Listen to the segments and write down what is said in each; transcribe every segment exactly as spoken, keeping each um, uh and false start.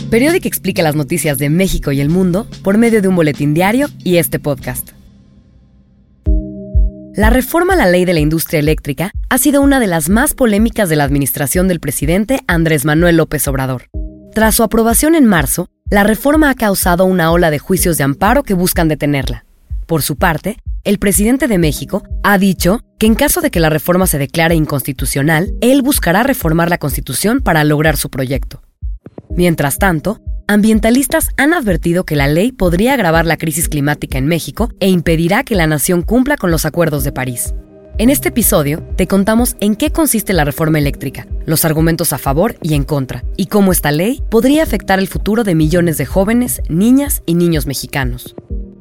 Periódico explica las noticias de México y el mundo por medio de un boletín diario y este podcast. La reforma a la ley de la industria eléctrica ha sido una de las más polémicas de la administración del presidente Andrés Manuel López Obrador. Tras su aprobación en marzo, la reforma ha causado una ola de juicios de amparo que buscan detenerla. Por su parte, el presidente de México ha dicho que en caso de que la reforma se declare inconstitucional, él buscará reformar la Constitución para lograr su proyecto. Mientras tanto, ambientalistas han advertido que la ley podría agravar la crisis climática en México e impedirá que la nación cumpla con los acuerdos de París. En este episodio, te contamos en qué consiste la reforma eléctrica, los argumentos a favor y en contra, y cómo esta ley podría afectar el futuro de millones de jóvenes, niñas y niños mexicanos.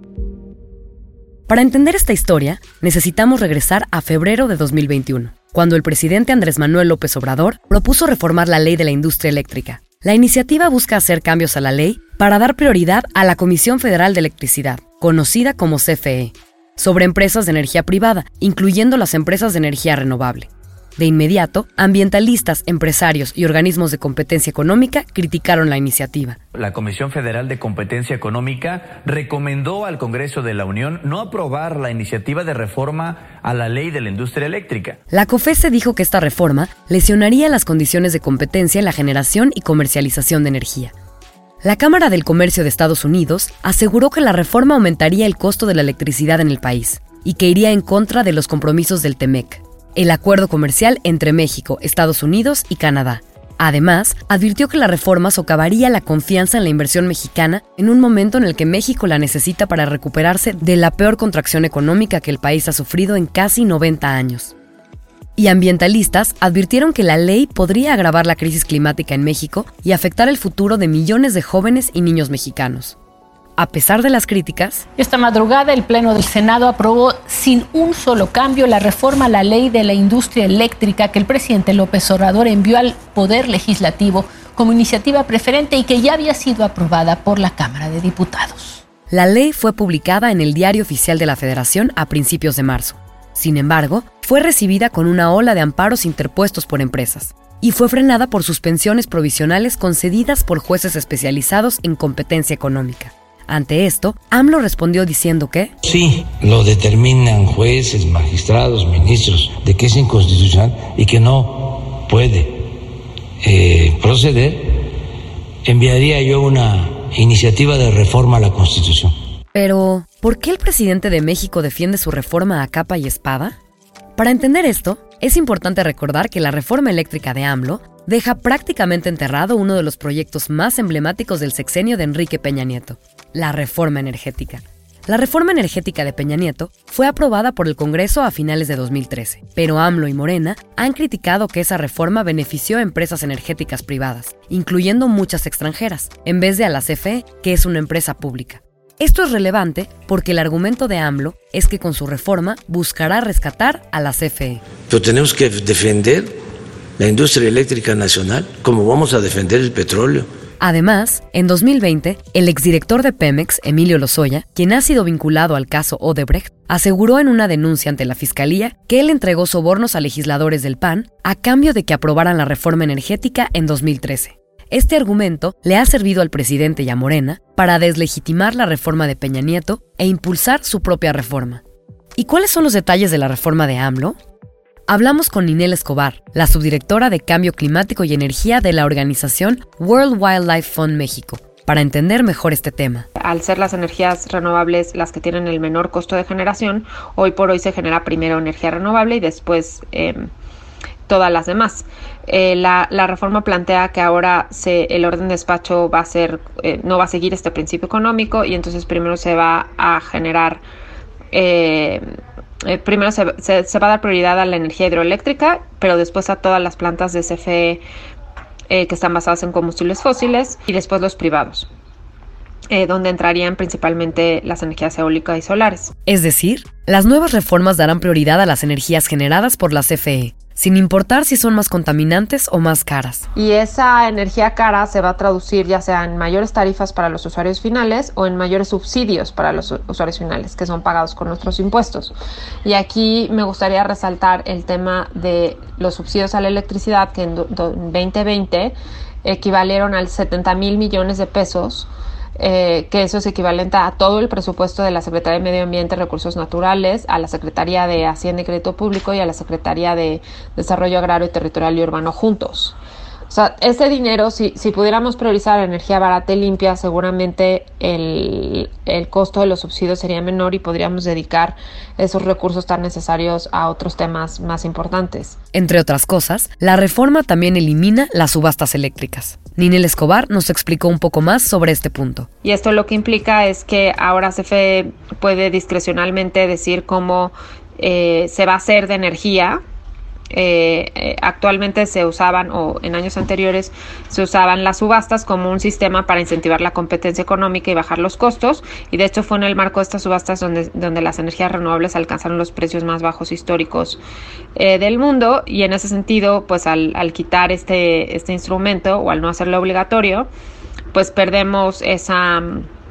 Para entender esta historia, necesitamos regresar a febrero de dos mil veintiuno, cuando el presidente Andrés Manuel López Obrador propuso reformar la ley de la industria eléctrica. La iniciativa busca hacer cambios a la ley para dar prioridad a la Comisión Federal de Electricidad, conocida como C F E, sobre empresas de energía privada, incluyendo las empresas de energía renovable. De inmediato, ambientalistas, empresarios y organismos de competencia económica criticaron la iniciativa. La Comisión Federal de Competencia Económica recomendó al Congreso de la Unión no aprobar la iniciativa de reforma a la ley de la industria eléctrica. La COFECE dijo que esta reforma lesionaría las condiciones de competencia en la generación y comercialización de energía. La Cámara del Comercio de Estados Unidos aseguró que la reforma aumentaría el costo de la electricidad en el país y que iría en contra de los compromisos del TEMEC, el acuerdo comercial entre México, Estados Unidos y Canadá. Además, advirtió que la reforma socavaría la confianza en la inversión mexicana en un momento en el que México la necesita para recuperarse de la peor contracción económica que el país ha sufrido en casi noventa años. Y ambientalistas advirtieron que la ley podría agravar la crisis climática en México y afectar el futuro de millones de jóvenes y niños mexicanos. A pesar de las críticas, esta madrugada el Pleno del Senado aprobó sin un solo cambio la reforma a la ley de la industria eléctrica que el presidente López Obrador envió al Poder Legislativo como iniciativa preferente y que ya había sido aprobada por la Cámara de Diputados. La ley fue publicada en el Diario Oficial de la Federación a principios de marzo. Sin embargo, fue recibida con una ola de amparos interpuestos por empresas y fue frenada por suspensiones provisionales concedidas por jueces especializados en competencia económica. Ante esto, AMLO respondió diciendo que sí, lo determinan jueces, magistrados, ministros, de que es inconstitucional y que no puede eh, proceder, enviaría yo una iniciativa de reforma a la Constitución. Pero, ¿por qué el presidente de México defiende su reforma a capa y espada? Para entender esto, es importante recordar que la reforma eléctrica de AMLO deja prácticamente enterrado uno de los proyectos más emblemáticos del sexenio de Enrique Peña Nieto, la reforma energética. La reforma energética de Peña Nieto fue aprobada por el Congreso a finales de dos mil trece, pero AMLO y Morena han criticado que esa reforma benefició a empresas energéticas privadas, incluyendo muchas extranjeras, en vez de a la C F E, que es una empresa pública. Esto es relevante porque el argumento de AMLO es que con su reforma buscará rescatar a la C F E. Pero tenemos que defender la industria eléctrica nacional como vamos a defender el petróleo. Además, en dos mil veinte, el exdirector de Pemex, Emilio Lozoya, quien ha sido vinculado al caso Odebrecht, aseguró en una denuncia ante la Fiscalía que él entregó sobornos a legisladores del P A N a cambio de que aprobaran la reforma energética en dos mil trece. Este argumento le ha servido al presidente y a Morena para deslegitimar la reforma de Peña Nieto e impulsar su propia reforma. ¿Y cuáles son los detalles de la reforma de AMLO? Hablamos con Ninel Escobar, la subdirectora de Cambio Climático y Energía de la organización World Wildlife Fund México, para entender mejor este tema. Al ser las energías renovables las que tienen el menor costo de generación, hoy por hoy se genera primero energía renovable y después eh, todas las demás. Eh, la, la reforma plantea que ahora se, el orden de despacho va a ser, eh, no va a seguir este principio económico y entonces primero se va a generar... Eh, Eh, primero se, se, se va a dar prioridad a la energía hidroeléctrica, pero después a todas las plantas de C F E eh, que están basadas en combustibles fósiles y después los privados, eh, donde entrarían principalmente las energías eólicas y solares. Es decir, las nuevas reformas darán prioridad a las energías generadas por la C F E, sin importar si son más contaminantes o más caras. Y esa energía cara se va a traducir ya sea en mayores tarifas para los usuarios finales o en mayores subsidios para los usuarios finales, que son pagados con nuestros impuestos. Y aquí me gustaría resaltar el tema de los subsidios a la electricidad, que en veinte veinte equivalieron a setenta mil millones de pesos, eh, que eso es equivalente a todo el presupuesto de la Secretaría de Medio Ambiente y Recursos Naturales, a la Secretaría de Hacienda y Crédito Público y a la Secretaría de Desarrollo Agrario, Territorial y Urbano juntos. O sea, ese dinero, si, si pudiéramos priorizar energía barata y limpia, seguramente el, el costo de los subsidios sería menor y podríamos dedicar esos recursos tan necesarios a otros temas más importantes. Entre otras cosas, la reforma también elimina las subastas eléctricas. Ninel Escobar nos explicó un poco más sobre este punto. Y esto lo que implica es que ahora C F E puede discrecionalmente decir cómo eh, se va a hacer de energía. Eh, eh, actualmente se usaban, o en años anteriores se usaban las subastas como un sistema para incentivar la competencia económica y bajar los costos, y de hecho fue en el marco de estas subastas donde, donde las energías renovables alcanzaron los precios más bajos históricos eh, del mundo, y en ese sentido, pues al, al quitar este, este instrumento o al no hacerlo obligatorio, pues perdemos esa...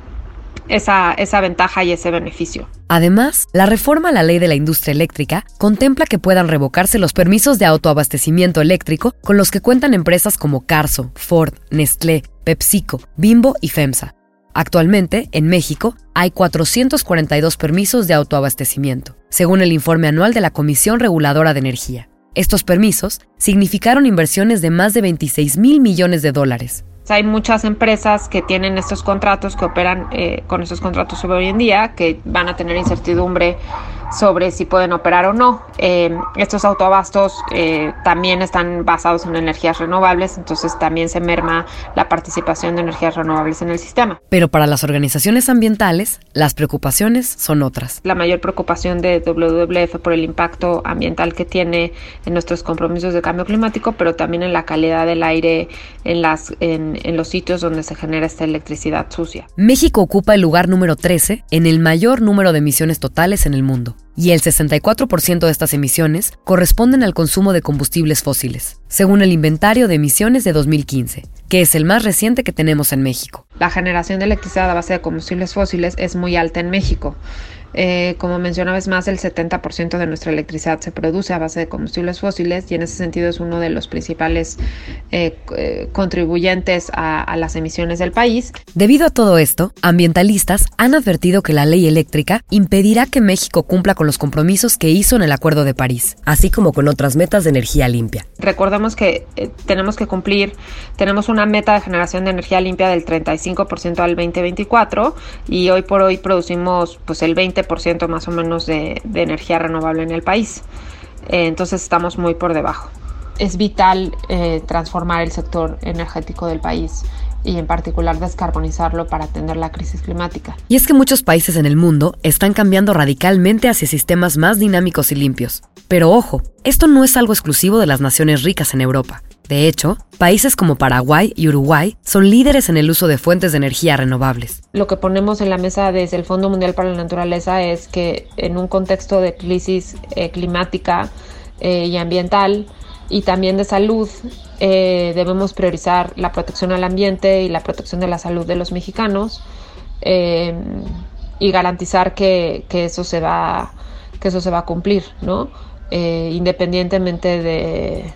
Esa, esa ventaja y ese beneficio. Además, la reforma a la ley de la industria eléctrica contempla que puedan revocarse los permisos de autoabastecimiento eléctrico con los que cuentan empresas como Carso, Ford, Nestlé, PepsiCo, Bimbo y FEMSA. Actualmente, en México, hay cuatrocientos cuarenta y dos permisos de autoabastecimiento, según el informe anual de la Comisión Reguladora de Energía. Estos permisos significaron inversiones de más de veintiséis mil millones de dólares. Hay muchas empresas que tienen estos contratos, que operan eh, con estos contratos sobre hoy en día, que van a tener incertidumbre sobre si pueden operar o no. Eh, estos autoabastos eh, también están basados en energías renovables, entonces también se merma la participación de energías renovables en el sistema. Pero para las organizaciones ambientales, las preocupaciones son otras. La mayor preocupación de W W F por el impacto ambiental que tiene en nuestros compromisos de cambio climático, pero también en la calidad del aire en, las, en, en los sitios donde se genera esta electricidad sucia. México ocupa el lugar número trece en el mayor número de emisiones totales en el mundo, y el sesenta y cuatro por ciento de estas emisiones corresponden al consumo de combustibles fósiles, según el inventario de emisiones de dos mil quince, que es el más reciente que tenemos en México. La generación de electricidad a base de combustibles fósiles es muy alta en México. Eh, como mencionabas, más del setenta por ciento de nuestra electricidad se produce a base de combustibles fósiles, y en ese sentido es uno de los principales eh, eh, contribuyentes a, a las emisiones del país. Debido a todo esto, ambientalistas han advertido que la ley eléctrica impedirá que México cumpla con los compromisos que hizo en el Acuerdo de París, así como con otras metas de energía limpia. Recordemos que eh, tenemos que cumplir, tenemos una meta de generación de energía limpia del treinta y cinco por ciento al veinte veinticuatro, y hoy por hoy producimos pues el veinte por ciento más o menos de, de energía renovable en el país. Eh, entonces estamos muy por debajo. Es vital eh, transformar el sector energético del país y en particular descarbonizarlo para atender la crisis climática. Y es que muchos países en el mundo están cambiando radicalmente hacia sistemas más dinámicos y limpios. Pero ojo, esto no es algo exclusivo de las naciones ricas en Europa. De hecho, países como Paraguay y Uruguay son líderes en el uso de fuentes de energía renovables. Lo que ponemos en la mesa desde el Fondo Mundial para la Naturaleza es que en un contexto de crisis eh, climática eh, y ambiental y también de salud, eh, debemos priorizar la protección al ambiente y la protección de la salud de los mexicanos eh, y garantizar que, que, eso se va, que eso se va a cumplir, ¿no? Eh, independientemente de...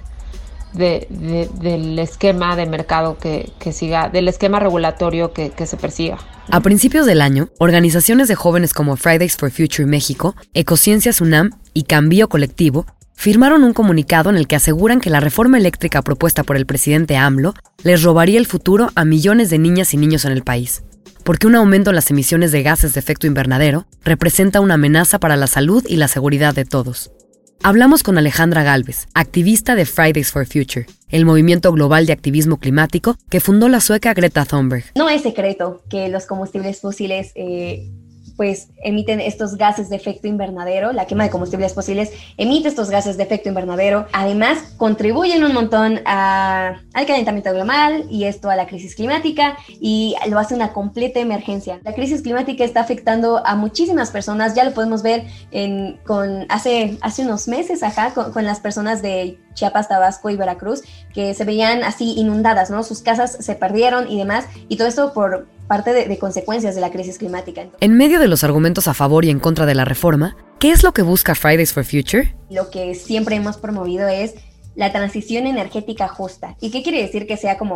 De, de, del esquema de mercado que, que siga, del esquema regulatorio que, que se persiga. A principios del año, organizaciones de jóvenes como Fridays for Future México, Ecociencias UNAM y Cambio Colectivo firmaron un comunicado en el que aseguran que la reforma eléctrica propuesta por el presidente AMLO les robaría el futuro a millones de niñas y niños en el país, porque un aumento en las emisiones de gases de efecto invernadero representa una amenaza para la salud y la seguridad de todos. Hablamos con Alejandra Gálvez, activista de Fridays for Future, el movimiento global de activismo climático que fundó la sueca Greta Thunberg. No es secreto que los combustibles fósiles eh, pues emiten estos gases de efecto invernadero. La quema de combustibles fósiles emite estos gases de efecto invernadero. Además, contribuyen un montón a, al calentamiento global y esto a la crisis climática, y lo hace una completa emergencia. La crisis climática está afectando a muchísimas personas. Ya lo podemos ver en, con, hace, hace unos meses acá con, con las personas de Chiapas, Tabasco y Veracruz, que se veían así inundadas, ¿no? Sus casas se perdieron y demás, y todo esto por parte de, de consecuencias de la crisis climática. En medio de los argumentos a favor y en contra de la reforma, ¿qué es lo que busca Fridays for Future? Lo que siempre hemos promovido es la transición energética justa. ¿Y qué quiere decir que sea como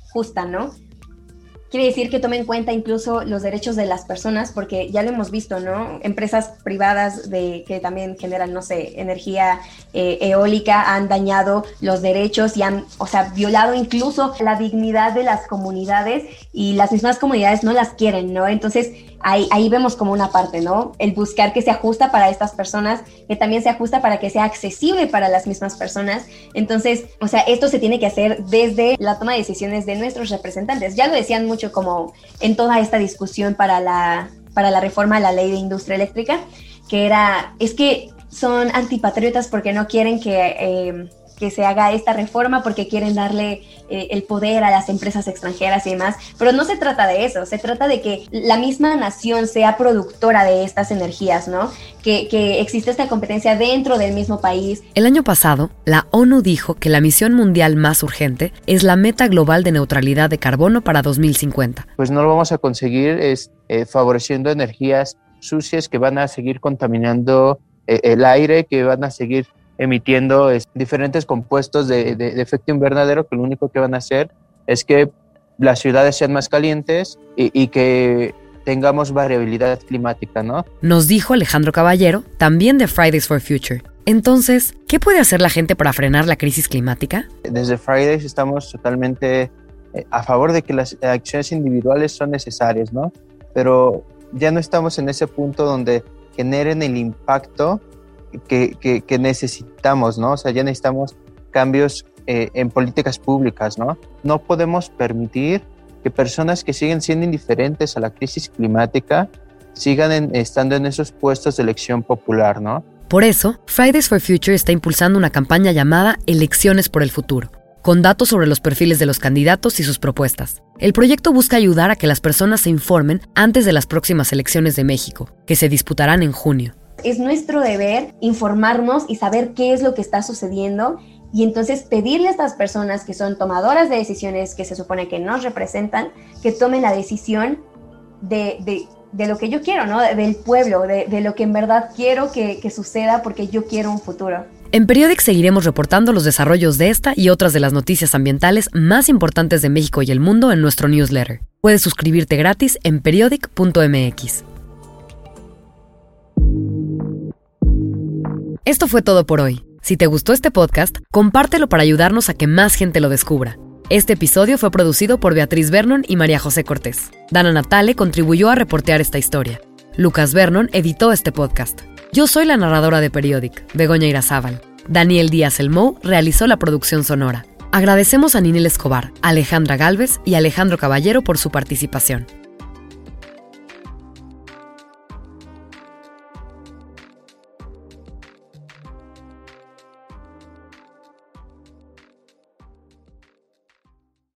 justa, ¿no? Quiere decir que tome en cuenta incluso los derechos de las personas, porque ya lo hemos visto, ¿no? Empresas privadas de, que también generan, no sé, energía eh, eólica han dañado los derechos y han, o sea, violado incluso la dignidad de las comunidades y las mismas comunidades no las quieren, ¿no? Entonces, ahí, ahí vemos como una parte, ¿no? El buscar que se ajusta para estas personas, que también se ajusta para que sea accesible para las mismas personas. Entonces, o sea, esto se tiene que hacer desde la toma de decisiones de nuestros representantes. Ya lo decían mucho como en toda esta discusión para la, para la reforma a la ley de industria eléctrica, que era, es que son antipatriotas porque no quieren que, eh, que se haga esta reforma, porque quieren darle eh, el poder a las empresas extranjeras y demás, pero no se trata de eso, se trata de que la misma nación sea productora de estas energías, ¿no? Que, que existe esta competencia dentro del mismo país. El año pasado, la ONU dijo que la misión mundial más urgente es la meta global de neutralidad de carbono para dos mil cincuenta. Pues no lo vamos a conseguir es, eh, favoreciendo energías sucias que van a seguir contaminando eh, el aire, que van a seguir emitiendo es, diferentes compuestos de, de, de efecto invernadero, que lo único que van a hacer es que las ciudades sean más calientes y, y que tengamos variabilidad climática, ¿no? Nos dijo Alejandro Caballero, también de Fridays for Future. Entonces, ¿qué puede hacer la gente para frenar la crisis climática? Desde Fridays estamos totalmente a favor de que las acciones individuales son necesarias, ¿no? Pero ya no estamos en ese punto donde generen el impacto Que, que, que necesitamos, ¿no? O sea, ya necesitamos cambios eh, en políticas públicas, ¿no? No podemos permitir que personas que siguen siendo indiferentes a la crisis climática sigan en, estando en esos puestos de elección popular, ¿no? Por eso, Fridays for Future está impulsando una campaña llamada Elecciones por el Futuro, con datos sobre los perfiles de los candidatos y sus propuestas. El proyecto busca ayudar a que las personas se informen antes de las próximas elecciones de México, que se disputarán en junio. Es nuestro deber informarnos y saber qué es lo que está sucediendo y entonces pedirle a estas personas que son tomadoras de decisiones, que se supone que nos representan, que tomen la decisión de, de, de lo que yo quiero, ¿no? Del pueblo, de, de lo que en verdad quiero que, que suceda, porque yo quiero un futuro. En Periodic seguiremos reportando los desarrollos de esta y otras de las noticias ambientales más importantes de México y el mundo en nuestro newsletter. Puedes suscribirte gratis en periodic punto m x. Esto fue todo por hoy. Si te gustó este podcast, compártelo para ayudarnos a que más gente lo descubra. Este episodio fue producido por Beatriz Vernon y María José Cortés. Dana Natale contribuyó a reportear esta historia. Lucas Vernon editó este podcast. Yo soy la narradora de Periodic, Begoña Irazábal. Daniel Díaz Elmou realizó la producción sonora. Agradecemos a Ninel Escobar, Alejandra Gálvez y Alejandro Caballero por su participación.